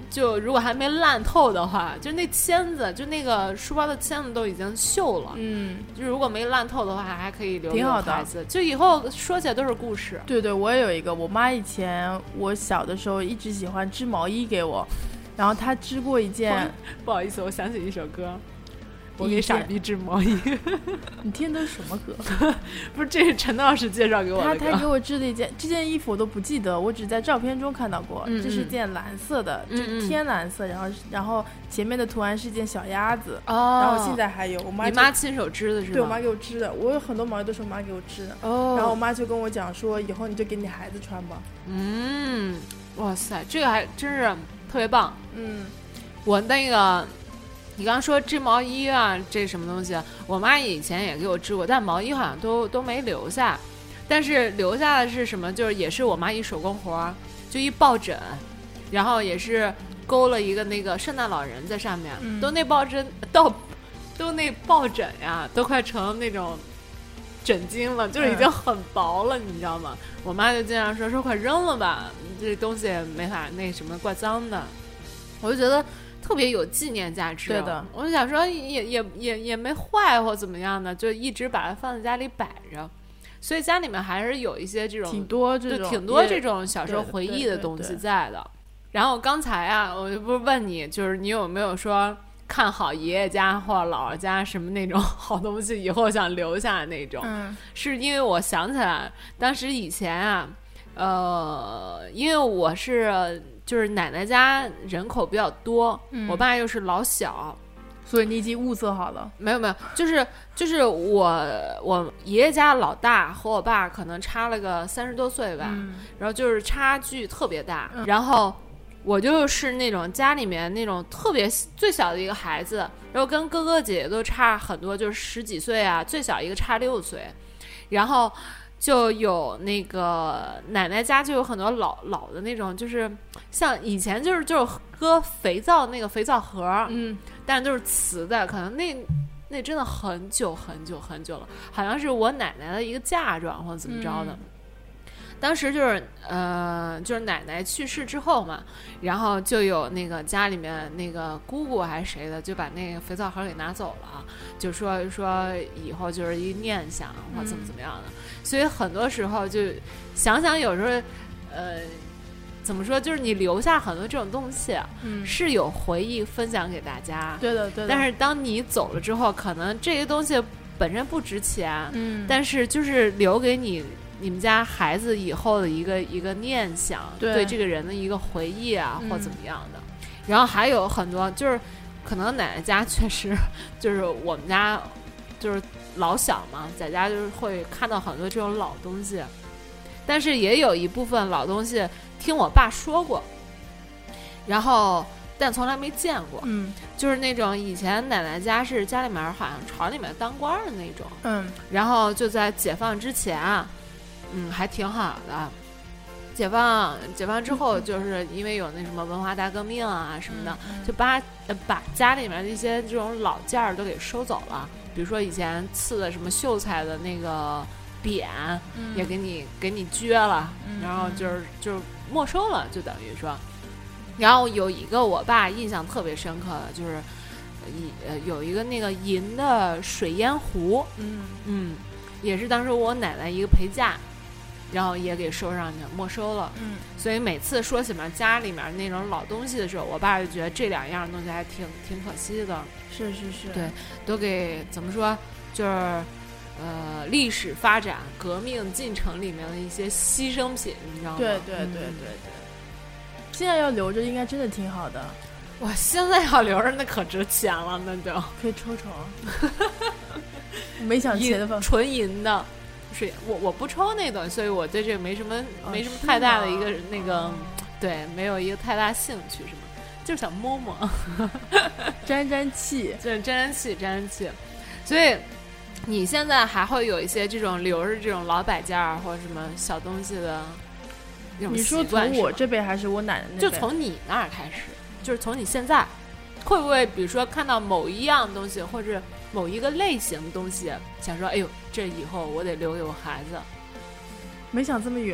就如果还没烂透的话，就那签子，就那个书包的签子都已经锈了。就如果没烂透的话，还可以留给孩子。就以后说起来都是故事。 对对，我也有一个，我妈以前我小的时候一直喜欢织毛衣给我，然后她织过一件。 不好意思，我想起一首歌。我给傻逼织毛衣。 你听的是什么歌？ 不是，这是陈老师介绍给我的歌。 他给我织的一件，这件衣服我都不记得，我只在照片中看到过。这是件蓝色的，就是天蓝色，然后前面的图案是一件小鸭子。然后现在还有，我妈你妈亲手织的是吗？ 对，我妈给我织的。我有很多毛衣都是我妈给我织的。然后我妈就跟我讲说，以后你就给你孩子穿吧。 哇塞，这个还真是特别棒。我那个。你刚刚说织毛衣啊，这什么东西？我妈以前也给我织过，但毛衣好像都没留下。但是留下的是什么？就是也是我妈一手工活，就一抱枕，然后也是勾了一个那个圣诞老人在上面，都那抱枕都那抱枕呀，都快成那种枕巾了，就是已经很薄了，你知道吗？我妈就经常说快扔了吧，这东西没法那什么，怪脏的。我就觉得。特别有纪念价值， 对的。 我就想说也没坏或怎么样的，就一直把它放在家里摆着，所以家里面还是有一些这种挺多这种小时候回忆的东西在的。然后刚才啊，我就不是问你，就是你有没有说看好爷爷家或者姥姥家什么那种好东西，以后想留下的那种？是因为我想起来，当时以前啊，因为我是。就是奶奶家人口比较多，我爸又是老小， 所以你已经物色好了。 没有，就是我爷爷家老大和我爸可能差了个30多岁吧，然后就是差距特别大，然后我就是那种家里面那种特别最小的一个孩子，然后跟哥哥姐姐都差很多，就是10几岁啊，最小一个差6岁，然后。就有那个奶奶家就有很多老的那种，就是像以前就是搁肥皂那个肥皂盒，但是都是瓷的，可能那真的很久了，好像是我奶奶的一个嫁妆或者怎么着的。当时就是奶奶去世之后嘛，然后就有那个家里面那个姑姑还是谁的，就把那个肥皂盒给拿走了，就说以后就是一念想或怎么样的。所以很多时候就想有时候怎么说，就是你留下很多这种东西，是有回忆分享给大家。 对的。 但是当你走了之后，可能这些东西本身不值钱，但是就是留给你们家孩子以后的一个念想，对这个人的一个回忆啊，或怎么样的。然后还有很多就是可能奶奶家确实就是我们家就是老小嘛，在家就是会看到很多这种老东西，但是也有一部分老东西听我爸说过，然后但从来没见过。就是那种以前奶奶家是家里面好像厂里面当官的那种，然后就在解放之前啊，还挺好的。解放之后，就是因为有那什么文化大革命啊什么的，就把家里面的一些这种老件儿都给收走了。比如说以前刺的什么秀才的那个匾，也给你撅了，然后就是没收了，就等于说。然后有一个我爸印象特别深刻的，就是有一个那个银的水烟壶，也是当时我奶奶一个陪嫁。然后也给收上去没收了，所以每次说起嘛家里面那种老东西的时候，我爸就觉得这2样东西还挺可惜的。 是， 对，都给怎么说，就是历史发展、革命进程里面的一些牺牲品，你知道吗？ 对。现在要留着，应该真的挺好的。 哇，现在要留着那可值钱了，那就可以抽抽。没想钱的方纯银的。是我不抽那东西，所以我对这个没什么太大的一个那个，对，没有一个太大兴趣，是吗？就是想摸摸， 沾气， 对，沾气。所以你现在还会有一些这种留着这种老摆件儿或者什么小东西的那种习惯？ 你说从我这辈还是我奶奶那辈？ 就从你那儿开始，就是从你现在，会不会比如说看到某一样东西或者某一个类型的东西，想说哎呦这以后我得留给我孩子？ 没想这么远。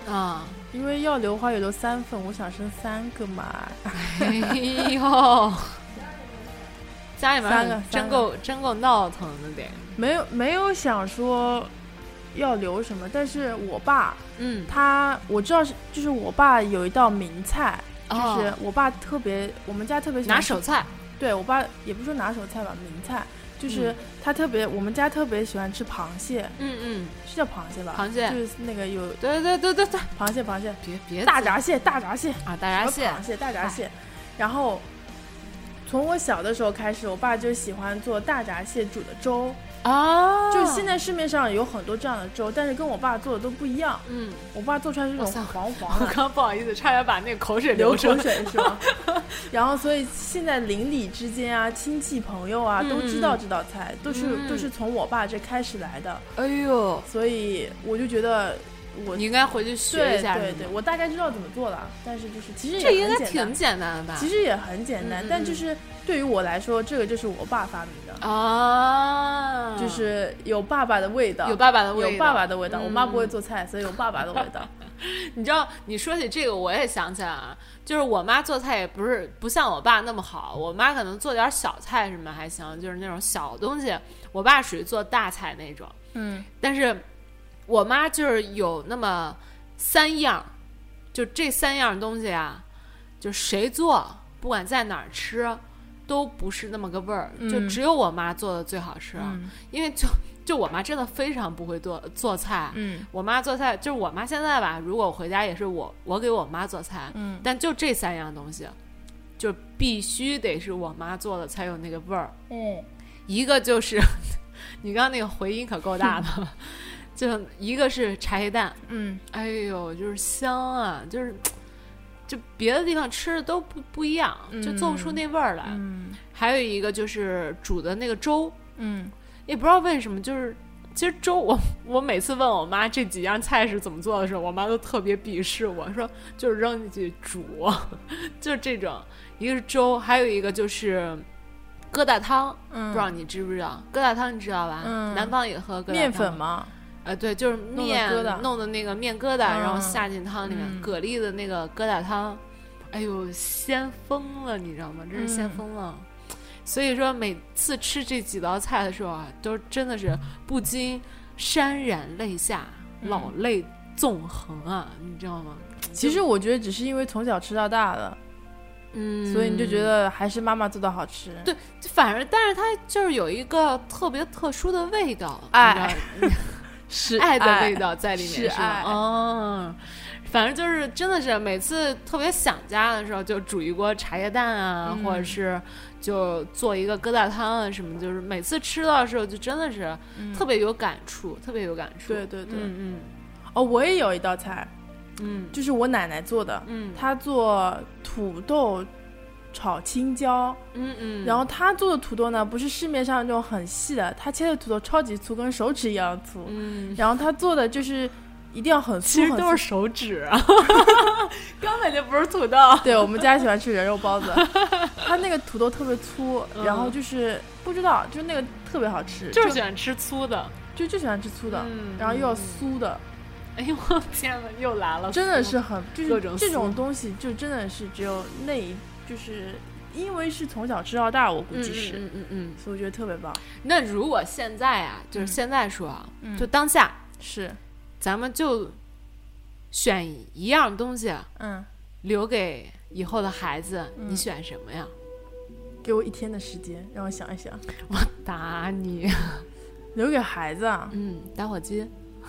啊， 因为要留话有留3份，我想生3个嘛。 哎呦，家里面三真够闹腾的得。 没有想说要留什么，但是我爸，我知道就是我爸有一道名菜，就是我爸我们家特别喜欢拿手菜。 对，我爸也不是说拿手菜吧，名菜。就是他我们家特别喜欢吃螃蟹，是叫螃蟹吧？ 螃蟹就是那个有， 对， 螃蟹， 别大闸蟹啊，大闸蟹。然后从我小的时候开始，我爸就喜欢做大闸蟹煮的粥啊，就是现在市面上有很多这样的粥，但是跟我爸做的都不一样。我爸做出来是这种黄黄的。 我刚不好意思，差点把那个口水流口水是吧？然后所以现在邻里之间啊，亲戚朋友啊，都知道这道菜，都是从我爸这开始来的。 哎呦， 所以我就觉得你应该回去学一下。 对，我大概知道怎么做了，但是就是其实这应该挺简单的吧？ 其实也很简单，但就是对于我来说，这个就是我爸发明的啊， 就是有爸爸的味道， 有爸爸的味道。 我妈不会做菜，所以有爸爸的味道。 你知道，你说起这个，我也想起来啊，就是我妈做菜也不像我爸那么好，我妈可能做点小菜什么还行，就是那种小东西，我爸属于做大菜那种。但是我妈就是有那么3样，就这3样东西啊，就谁做，不管在哪儿吃，都不是那么个味儿，就只有我妈做的最好吃。因为就我妈真的非常不会做菜。我妈做菜就是我妈现在吧，如果我回家也是我给我妈做菜。但就这3样东西，就必须得是我妈做的才有那个味儿。一个就是你刚刚那个回音可够大的。就一个是茶叶蛋，哎呦，就是香啊，就别的地方吃的都不一样，就做不出那味儿来。还有一个就是煮的那个粥，也不知道为什么，就是其实粥我每次问我妈这几样菜是怎么做的时候，我妈都特别鄙视我说就是扔进去煮，就是这种。一个是粥，还有一个就是疙瘩汤，不知道你知不知道？疙瘩汤你知道吧？南方也喝疙瘩汤。 面粉吗？ 对，就是面弄的那个面疙瘩，然后下进汤里面，蛤蜊的那个疙瘩汤，哎呦，鲜疯了，你知道吗？真是鲜疯了。所以说每次吃这几道菜的时候啊，都真的是不禁潸然泪下，老泪纵横啊，你知道吗？ 其实我觉得只是因为从小吃到大的。所以你就觉得还是妈妈做的好吃。 对，反正但是它就是有一个特别特殊的味道， 爱是爱的味道在里面， 是爱。 反正就是真的是每次特别想家的时候，就煮一锅茶叶蛋啊，或者是就做一个疙瘩汤啊什么，就是每次吃到的时候就真的是特别有感触，特别有感触。 对，我也有一道菜。就是我奶奶做的，她做土豆炒青椒，然后她做的土豆呢，不是市面上那种很细的，她切的土豆超级粗，跟手指一样粗，然后她做的就是一定要很粗， 其实都是手指啊，根本就不是土豆。 对，我们家喜欢吃人肉包子，她那个土豆特别粗，然后就是不知道，就是那个特别好吃， 就是喜欢吃粗的， 就喜欢吃粗的，然后又要酥的。 哎呦我天哪，又来了！ 真的是很就是这种东西，就真的是只有就是因为是从小吃到大，我估计是，所以我觉得特别棒。 那如果现在啊，就是现在说啊，就当下是， 咱们就选一样东西，留给以后的孩子，你选什么呀？ 给我1天的时间，让我想一想。 我打你！ 留给孩子啊？ 打火机。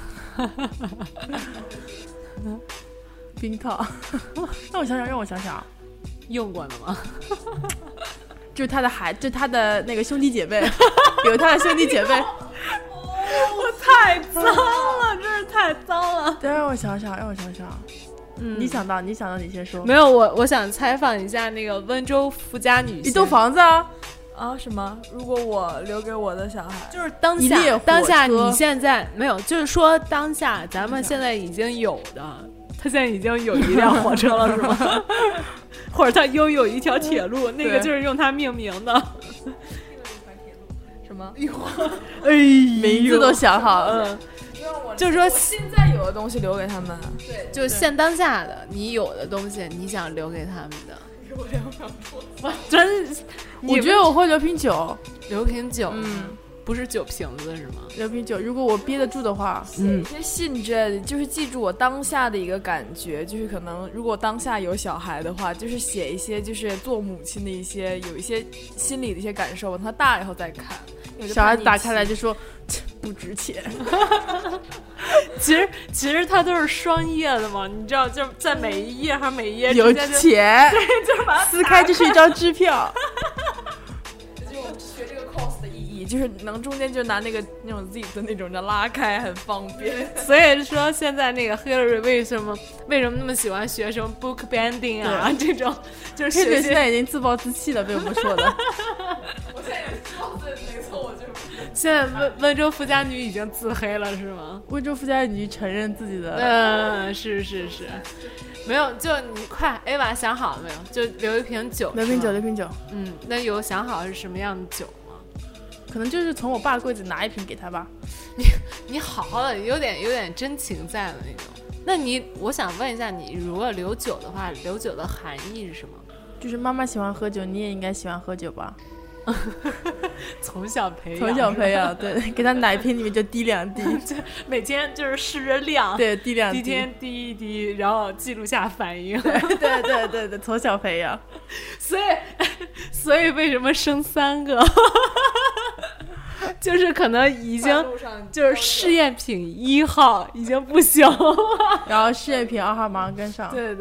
冰套。让我想想， 用过的吗？ 就是他的那个兄弟姐妹，有他的兄弟姐妹。 我太脏了，真是太脏了。 对，让我想想。你想到你先说。 没有，我想采访一下那个温州富家女性。 一栋房子啊。 什么？如果我留给我的小孩， 就是当下你现在没有，就是说当下咱们现在已经有的，他现在已经有一辆火车了，是吗？或者他拥有一条铁路，那个就是用它命名的。 什么？ 名字都想好了。 就是说现在有的东西留给他们， 对，就是现当下的你有的东西，你想留给他们的。我真， 我觉得我会留瓶酒， 留瓶酒，不是酒瓶子是吗？ 留瓶酒，如果我憋得住的话， 写一些信之类的，就是记住我当下的一个感觉，就是可能如果当下有小孩的话，就是写一些就是做母亲的一些有一些心理的一些感受，等他大了以后再看。 小孩打开来就说不值钱。 其实它都是双页的嘛，你知道，就在每一页还每一页有钱， 对，就把它撕开就是一张支票。 就我们学这个 cos 的意义，就是能中间就拿那种 zip 的那种的拉开，很方便。 所以说现在那个 Hillary 为什么那么喜欢学什么 book bending 啊这种，就是 Hillary 现在已经自暴自弃了，被我们说的。 我现在也知道自己没错，我就现在温州富家女已经自黑了是吗？ 温州富家女承认自己的， 是，没有，就你快 Ava 想好了没有？就留一瓶酒， 留瓶酒。 那有想好是什么样的酒吗？ 可能就是从我爸柜子拿一瓶给他吧。 你好好的，有点真情在的那种。那我想问一下，你如果留酒的话，留酒的含义是什么？ 就是妈妈喜欢喝酒，你也应该喜欢喝酒吧。 从小培养， 对，给他奶瓶里面就滴2滴， 每天就是试着量， 对，滴2滴， 一天滴1滴，然后记录下反应。 对，从小培养。 所以为什么生3个？就是可能已经就是试验品1号已经不行了， 然后试验品2号马上跟上。 对，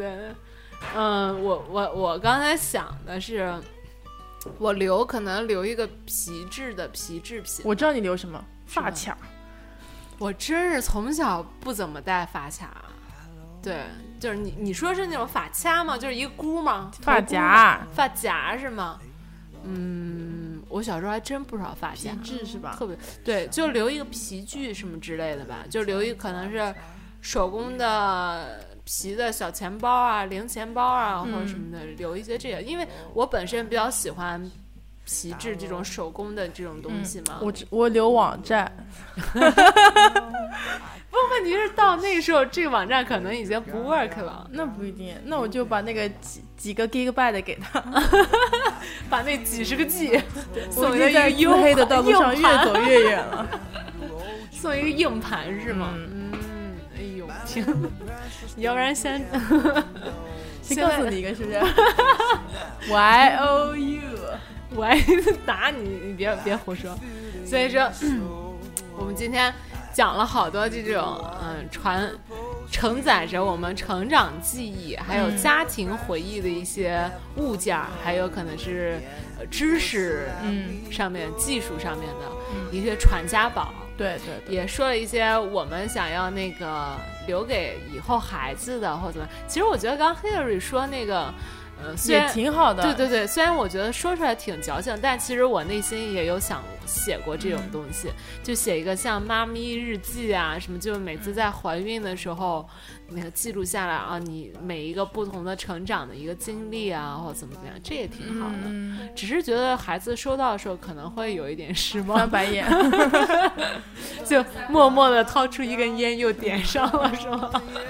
我刚才想的是。我可能留一个皮质品。 我知道你留什么，发卡。 我真是从小不怎么戴发卡。对，就是你说是那种发卡吗？就是一个箍吗？ 发夹是吗？我小时候还真不少发夹。 皮质是吧？ 特别对，就留一个皮具什么之类的吧，就留一个可能是手工的。皮的小钱包啊，零钱包啊，或者什么的，留一些这个，因为我本身比较喜欢皮质这种手工的这种东西嘛。 我留网站。 不，问题是到那个时候，这个网站可能已经不 work 了。 那不一定，那我就把那个几个 gigabyte 给他， 把那几十个 G 送一个在自黑的道路上越走越远了。 送一个硬盘是吗？哎呦天！要不然先告诉你一个是不是？YOU， 我还打你别胡说。所以说，我们今天讲了好多这种承载着我们成长记忆还有家庭回忆的一些物件，还有可能是知识上面技术上面的一些传家宝。 对， 也说了一些我们想要那个留给以后孩子的或怎么。其实我觉得刚 Hillary 说那个也挺好的。 对，虽然我觉得说出来挺矫情，但其实我内心也有写过这种东西，就写一个像妈咪日记啊什么，就每次在怀孕的时候那个记录下来啊，你每一个不同的成长的一个经历啊，或怎么样，这也挺好的。只是觉得孩子收到的时候可能会有一点失望， 翻白眼， 就默默的掏出一根烟又点上了，是吗？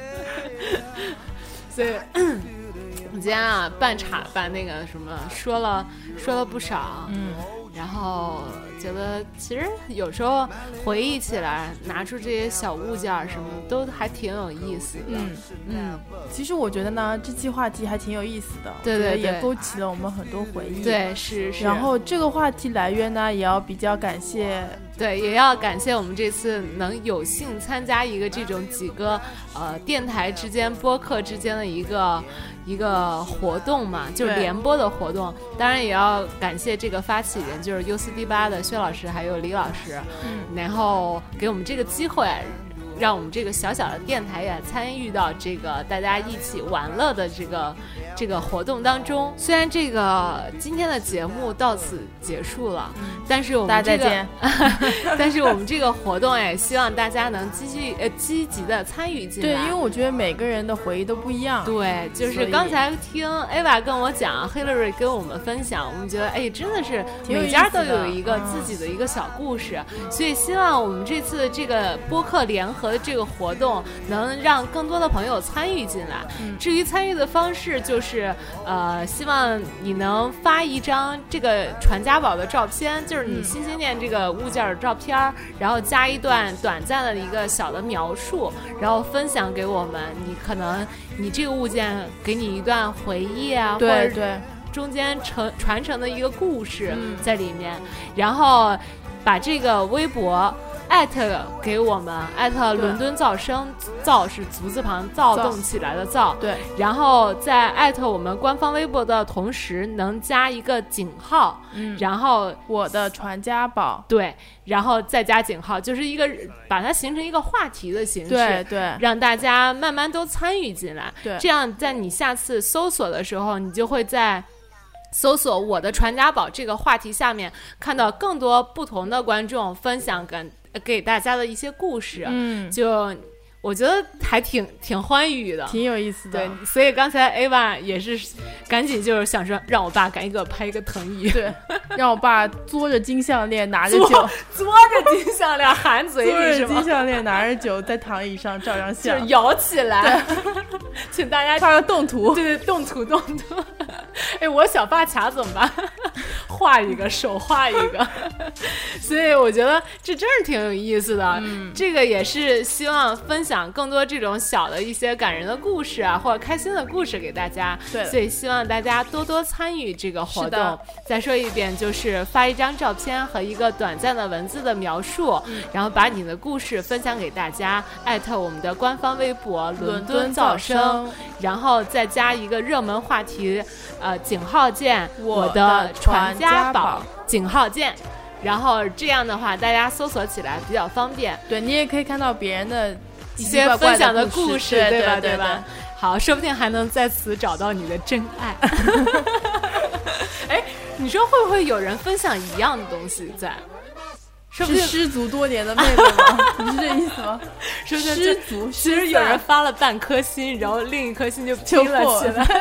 所以我今天啊办那个什么说了不少，然后觉得其实有时候回忆起来，拿出这些小物件什么的都还挺有意思的。 其实我觉得呢，这期话题还挺有意思的， 对， 也勾起了我们很多回忆。 对，是。 然后这个话题来源呢，也要比较感谢。 对，也要感谢我们这次能有幸参加一个这种几个电台之间、播客之间的一个活动嘛，就是联播的活动。当然也要感谢这个发起人，就是 U4D8 的薛老师还有李老师，然后给我们这个机会，让我们这个小小的电台也参与到这个大家一起玩乐的这个活动当中。虽然这个今天的节目到此结束了，但是我们这个但是我们这个活动也希望大家能积极的参与进来。 对，因为我觉得每个人的回忆都不一样。 对，就是刚才听 Ava 跟我讲 ，Hillary 跟我们分享，我们觉得真的是每家都有一个自己的一个小故事，所以希望我们这次这个播客联合和这个活动能让更多的朋友参与进来。至于参与的方式，就是希望你能发一张这个传家宝的照片，就是你心心念这个物件的照片，然后加一段短暂的一个小的描述，然后分享给我们。可能你这个物件给你一段回忆啊， 对或者中间传承的一个故事在里面，然后把这个微博艾特给我们，艾特伦敦噪声，噪是足字旁，躁动起来的躁， 对， 然后在艾特我们官方微博的同时能加一个井号，然后我的传家宝， 对，然后再加井号，就是一个把它形成一个话题的形式， 对， 让大家慢慢都参与进来， 对， 这样在你下次搜索的时候，你就会在搜索我的传家宝这个话题下面看到更多不同的观众分享给大家的一些故事，就我觉得还挺欢愉的， 挺有意思的。 对，所以刚才 Ava 也是赶紧就是想说让我爸赶紧给我拍一个藤椅， 对，让我爸嘬着金项链拿着酒， 嘬着金项链含嘴里是吗？ 嘬着金项链拿着酒在躺椅上照张相， 就是摇起来，请大家画个动图， 对，动图。哎，我小发卡怎么办？画一个，手画一个。所以我觉得这真是挺有意思的。这个也是希望分享更多这种小的一些感人的故事啊，或者开心的故事给大家。对，所以希望大家多多参与这个活动。再说一遍，就是发一张照片和一个短暂的文字的描述，然后把你的故事分享给大家，艾特我们的官方微博伦敦噪声，然后再加一个热门话题，井号键我的传家宝井号键，然后这样的话大家搜索起来比较方便。 对，你也可以看到别人的一些分享的故事，对吧？好，说不定还能在此找到你的真爱。哎，你说会不会有人分享一样的东西在？说不定是失足多年的妹妹吗？你是这意思吗？ 说不定失足， 其实有人发了半颗心，然后另一颗心就拼了起来。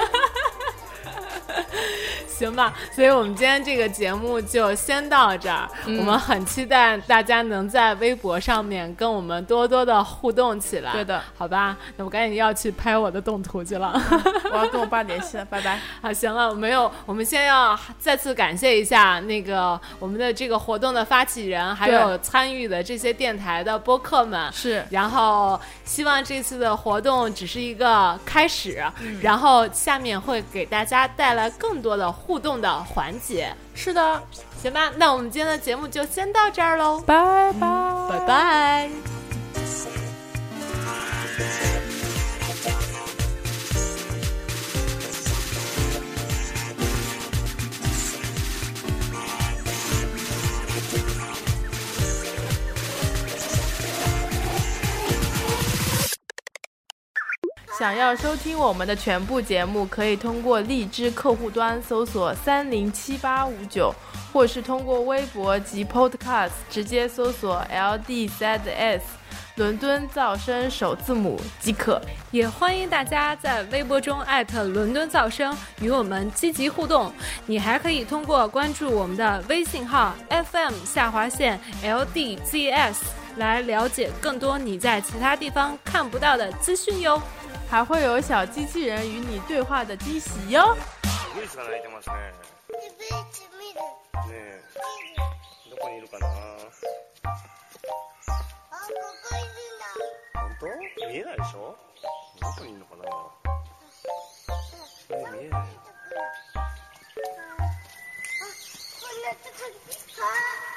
行吧，所以我们今天这个节目就先到这儿。我们很期待大家能在微博上面跟我们多多的互动起来。 对的， 好吧，那我赶紧要去拍我的动图去了。 我要跟我爸联系了，拜拜。 好，行了，我们先要再次感谢一下那个我们的这个活动的发起人，还有参与的这些电台的播客们。 是， 然后希望这次的活动只是一个开始，然后下面会给大家带来更多的互动的环节。 是的， 行吧，那我们今天的节目就先到这儿喽， 拜拜， 拜拜。 想要收听我们的全部节目，可以通过荔枝客户端搜索307859，或是通过微博及 Podcast 直接搜索 LDZS 伦敦噪声首字母即可。 也欢迎大家在微博中艾特伦敦噪声与我们积极互动。你还可以通过关注我们的微信号 FM_LDZS 来了解更多你在其他地方看不到的资讯哟。 还会有小机器人与你对话的惊喜哟。 どこにいるかな。本当？見えないでしょ？どこにいるのかな。見えない。 こんなとこに。